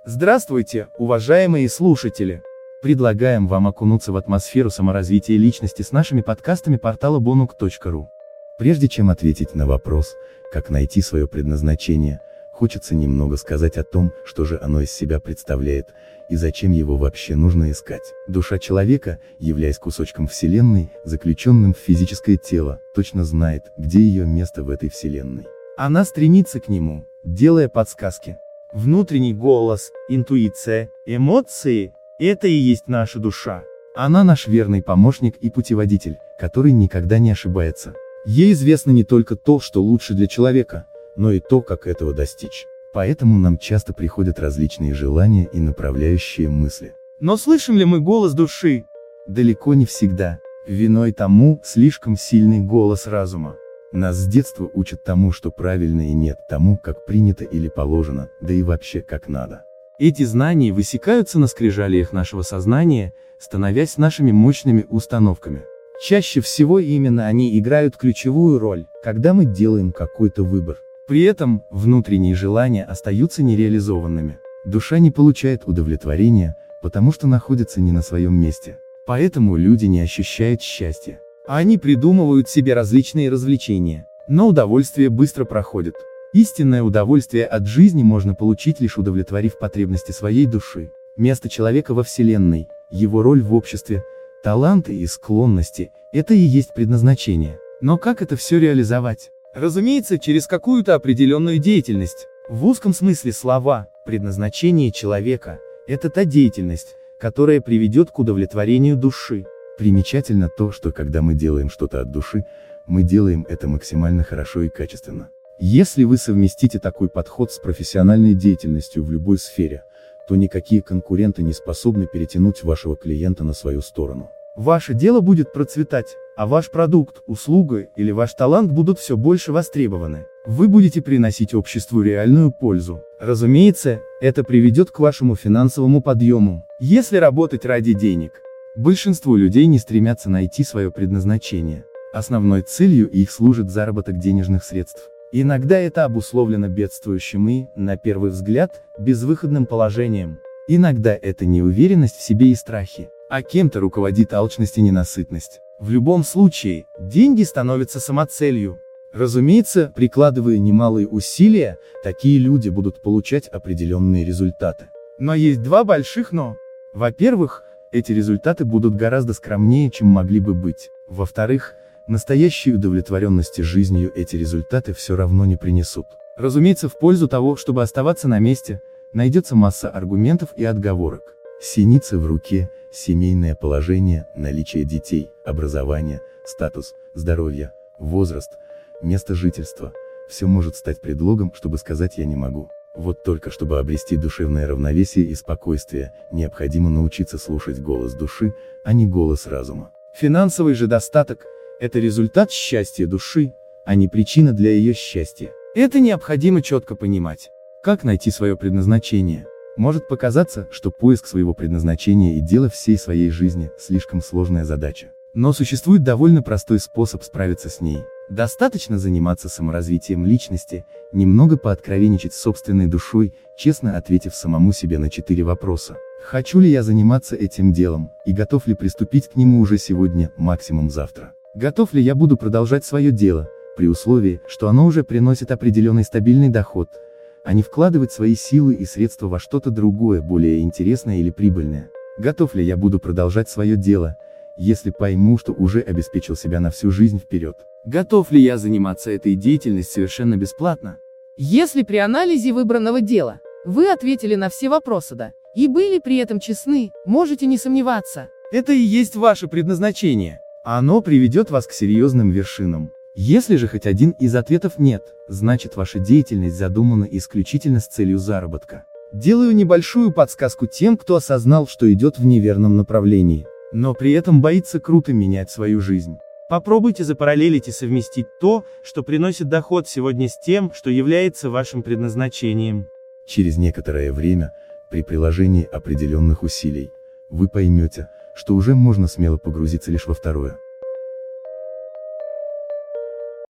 Здравствуйте, уважаемые слушатели! Предлагаем вам окунуться в атмосферу саморазвития личности с нашими подкастами портала bonuk.ru. Прежде чем ответить на вопрос, как найти свое предназначение, хочется немного сказать о том, что же оно из себя представляет, и зачем его вообще нужно искать. Душа человека, являясь кусочком Вселенной, заключенным в физическое тело, точно знает, где ее место в этой Вселенной. Она стремится к нему, делая подсказки. Внутренний голос, интуиция, эмоции – это и есть наша душа. Она наш верный помощник и путеводитель, который никогда не ошибается. Ей известно не только то, что лучше для человека, но и то, как этого достичь. Поэтому нам часто приходят различные желания и направляющие мысли. Но слышим ли мы голос души? Далеко не всегда. Виной тому слишком сильный голос разума. Нас с детства учат тому, что правильно и нет тому, как принято или положено, да и вообще как надо. Эти знания высекаются на скрижалях нашего сознания, становясь нашими мощными установками. Чаще всего именно они играют ключевую роль, когда мы делаем какой-то выбор. При этом, внутренние желания остаются нереализованными. Душа не получает удовлетворения, потому что находится не на своем месте. Поэтому люди не ощущают счастья. Они придумывают себе различные развлечения, но удовольствие быстро проходит. Истинное удовольствие от жизни можно получить, лишь удовлетворив потребности своей души. Место человека во Вселенной, его роль в обществе, таланты и склонности – это и есть предназначение. Но как это все реализовать? Разумеется, через какую-то определенную деятельность. В узком смысле слова, предназначение человека – это та деятельность, которая приведет к удовлетворению души. Примечательно то, что когда мы делаем что-то от души, мы делаем это максимально хорошо и качественно. Если вы совместите такой подход с профессиональной деятельностью в любой сфере, то никакие конкуренты не способны перетянуть вашего клиента на свою сторону. Ваше дело будет процветать, а ваш продукт, услуга или ваш талант будут все больше востребованы. Вы будете приносить обществу реальную пользу. Разумеется, это приведет к вашему финансовому подъему. Если работать ради денег, большинство людей не стремятся найти свое предназначение. Основной целью их служит заработок денежных средств. Иногда это обусловлено бедствующим и, на первый взгляд, безвыходным положением. Иногда это неуверенность в себе и страхи, а кем-то руководит алчность и ненасытность. В любом случае, деньги становятся самоцелью. Разумеется, прикладывая немалые усилия, такие люди будут получать определенные результаты. Но есть два больших «но». Во-первых, эти результаты будут гораздо скромнее, чем могли бы быть. Во-вторых, настоящей удовлетворенности жизнью эти результаты все равно не принесут. Разумеется, в пользу того, чтобы оставаться на месте, найдется масса аргументов и отговорок. Синица в руке, семейное положение, наличие детей, образование, статус, здоровье, возраст, место жительства – все может стать предлогом, чтобы сказать «я не могу». Вот только чтобы обрести душевное равновесие и спокойствие, необходимо научиться слушать голос души, а не голос разума. Финансовый же достаток – это результат счастья души, а не причина для ее счастья. Это необходимо четко понимать. Как найти свое предназначение? Может показаться, что поиск своего предназначения и дело всей своей жизни – слишком сложная задача. Но существует довольно простой способ справиться с ней. Достаточно заниматься саморазвитием личности, немного пооткровенничать с собственной душой, честно ответив самому себе на 4 вопроса. Хочу ли я заниматься этим делом, и готов ли приступить к нему уже сегодня, максимум завтра? Готов ли я буду продолжать свое дело, при условии, что оно уже приносит определенный стабильный доход, а не вкладывать свои силы и средства во что-то другое, более интересное или прибыльное? Готов ли я буду продолжать свое дело, если пойму, что уже обеспечил себя на всю жизнь вперед? Готов ли я заниматься этой деятельностью совершенно бесплатно? Если при анализе выбранного дела вы ответили на все вопросы «да» и были при этом честны, можете не сомневаться. Это и есть ваше предназначение. Оно приведет вас к серьезным вершинам. Если же хоть один из ответов нет, значит ваша деятельность задумана исключительно с целью заработка. Делаю небольшую подсказку тем, кто осознал, что идет в неверном направлении, но при этом боится круто менять свою жизнь. Попробуйте запараллелить и совместить то, что приносит доход сегодня, с тем, что является вашим предназначением. Через некоторое время, при приложении определенных усилий, вы поймете, что уже можно смело погрузиться лишь во второе.